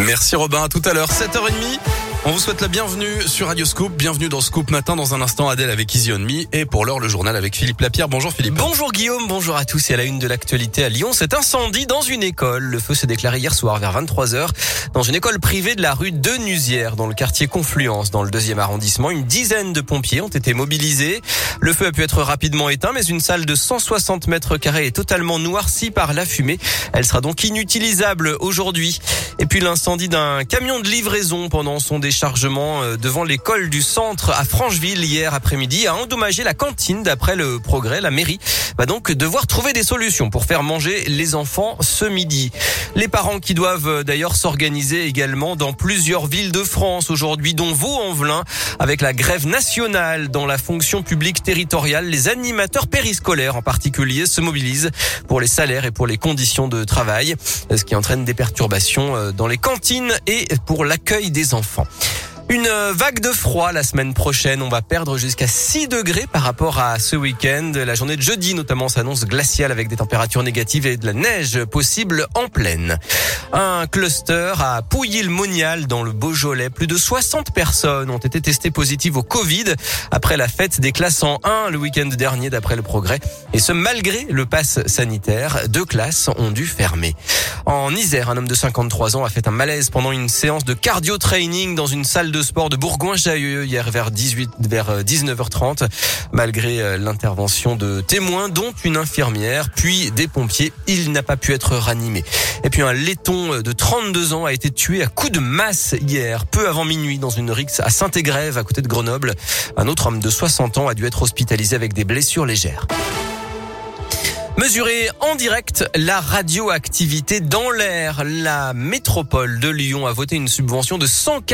Merci Robin, à tout à l'heure, 7h30. On vous souhaite la bienvenue sur Radio Scoop. Bienvenue dans Scoop Matin. Dans un instant, Adèle avec Easy On Me. Et pour l'heure, le journal avec Philippe Lapierre. Bonjour Philippe. Bonjour Guillaume, bonjour à tous. Et à la une de l'actualité à Lyon, cet incendie dans une école. Le feu s'est déclaré hier soir vers 23h dans une école privée de la rue Denusière, dans le quartier Confluence, dans le 2e arrondissement. Une dizaine de pompiers ont été mobilisés. Le feu a pu être rapidement éteint, mais une salle de 160 mètres carrés est totalement noircie par la fumée. Elle sera donc inutilisable aujourd'hui. Et puis l'incendie d'un camion de livraison pendant son déchargement devant l'école du centre à Francheville hier après-midi a endommagé la cantine. D'après le Progrès, la mairie va donc devoir trouver des solutions pour faire manger les enfants ce midi. Les parents qui doivent d'ailleurs s'organiser également dans plusieurs villes de France aujourd'hui, dont Vaux-en-Velin, avec la grève nationale dans la fonction publique territoriale. Les animateurs périscolaires en particulier se mobilisent pour les salaires et pour les conditions de travail, ce qui entraîne des perturbations dans les cantines et pour l'accueil des enfants. Une vague de froid la semaine prochaine. On va perdre jusqu'à 6 degrés par rapport à ce week-end. La journée de jeudi notamment s'annonce glaciale avec des températures négatives et de la neige possible en plaine. Un cluster à Pouilly-le-Monial dans le Beaujolais. Plus de 60 personnes ont été testées positives au Covid après la fête des classes en 1 le week-end dernier d'après le Progrès. Et ce malgré le pass sanitaire. 2 classes ont dû fermer. En Isère, un homme de 53 ans a fait un malaise pendant une séance de cardio-training dans une salle de sport de Bourgoin-Jallieu hier vers 19h30. Malgré l'intervention de témoins, dont une infirmière, puis des pompiers, il n'a pas pu être ranimé. Et puis un laiton de 32 ans a été tué à coups de masse hier, peu avant minuit, dans une rixe à Saint-Égrève, à côté de Grenoble. Un autre homme de 60 ans a dû être hospitalisé avec des blessures légères. Mesurer en direct la radioactivité dans l'air. La métropole de Lyon a voté une subvention de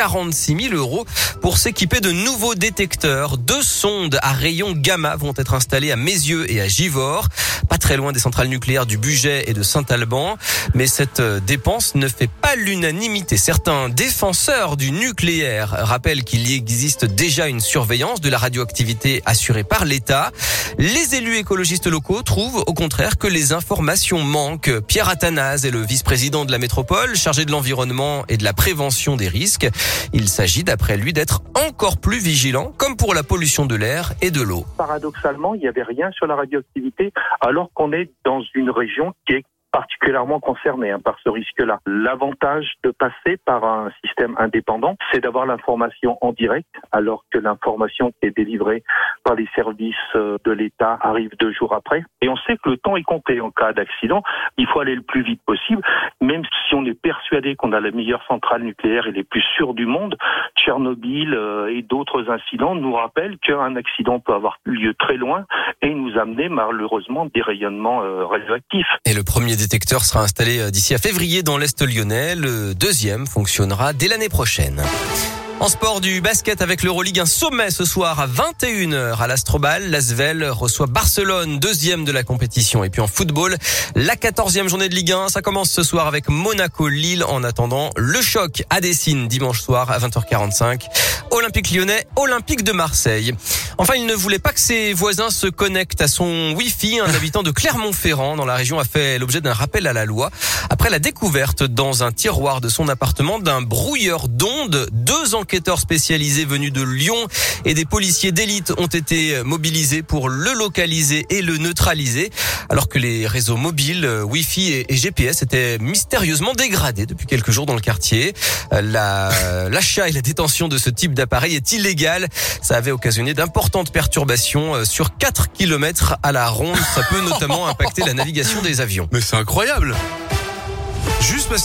146 000 € pour s'équiper de nouveaux détecteurs. 2 sondes à rayons gamma vont être installées à Mézieux et à Givors, pas très loin des centrales nucléaires du Bugey et de Saint-Alban. Mais cette dépense ne fait pas l'unanimité. Certains défenseurs du nucléaire rappellent qu'il y existe déjà une surveillance de la radioactivité assurée par l'État. Les élus écologistes locaux trouvent au contraire que les informations manquent. Pierre Athanase est le vice-président de la métropole, chargé de l'environnement et de la prévention des risques. Il s'agit d'après lui d'être encore plus vigilant, comme pour la pollution de l'air et de l'eau. Paradoxalement, il n'y avait rien sur la radioactivité, alors qu'on est dans une région qui est particulièrement concerné par ce risque-là. L'avantage de passer par un système indépendant, c'est d'avoir l'information en direct, alors que l'information qui est délivrée par les services de l'État arrive 2 jours après. Et on sait que le temps est compté en cas d'accident. Il faut aller le plus vite possible, même si on est persuadé qu'on a la meilleure centrale nucléaire et les plus sûres du monde. Tchernobyl et d'autres incidents nous rappellent qu'un accident peut avoir lieu très loin et nous amener malheureusement des rayonnements radioactifs. Et le premier détecteur sera installé d'ici à février dans l'Est lyonnais. Le deuxième fonctionnera dès l'année prochaine. En sport, du basket avec l'Euroligue, un sommet ce soir à 21h à l'Astrobal. L'Asvel reçoit Barcelone, 2e de la compétition. Et puis en football, la 14e journée de Ligue 1, ça commence ce soir avec Monaco-Lille. En attendant, le choc à Dessine dimanche soir à 20h45. Olympique Lyonnais, Olympique de Marseille. Enfin, il ne voulait pas que ses voisins se connectent à son Wi-Fi. Un habitant de Clermont-Ferrand dans la région a fait l'objet d'un rappel à la loi après la découverte dans un tiroir de son appartement d'un brouilleur d'ondes. 2 enquêteurs spécialisés venus de Lyon et des policiers d'élite ont été mobilisés pour le localiser et le neutraliser, alors que les réseaux mobiles, Wi-Fi et GPS étaient mystérieusement dégradés depuis quelques jours dans le quartier. L'achat et la détention de ce type d'appareil est illégal. Ça avait occasionné d'importantes perturbations sur 4 km à la ronde. Ça peut notamment impacter la navigation des avions. Mais c'est incroyable. Juste parce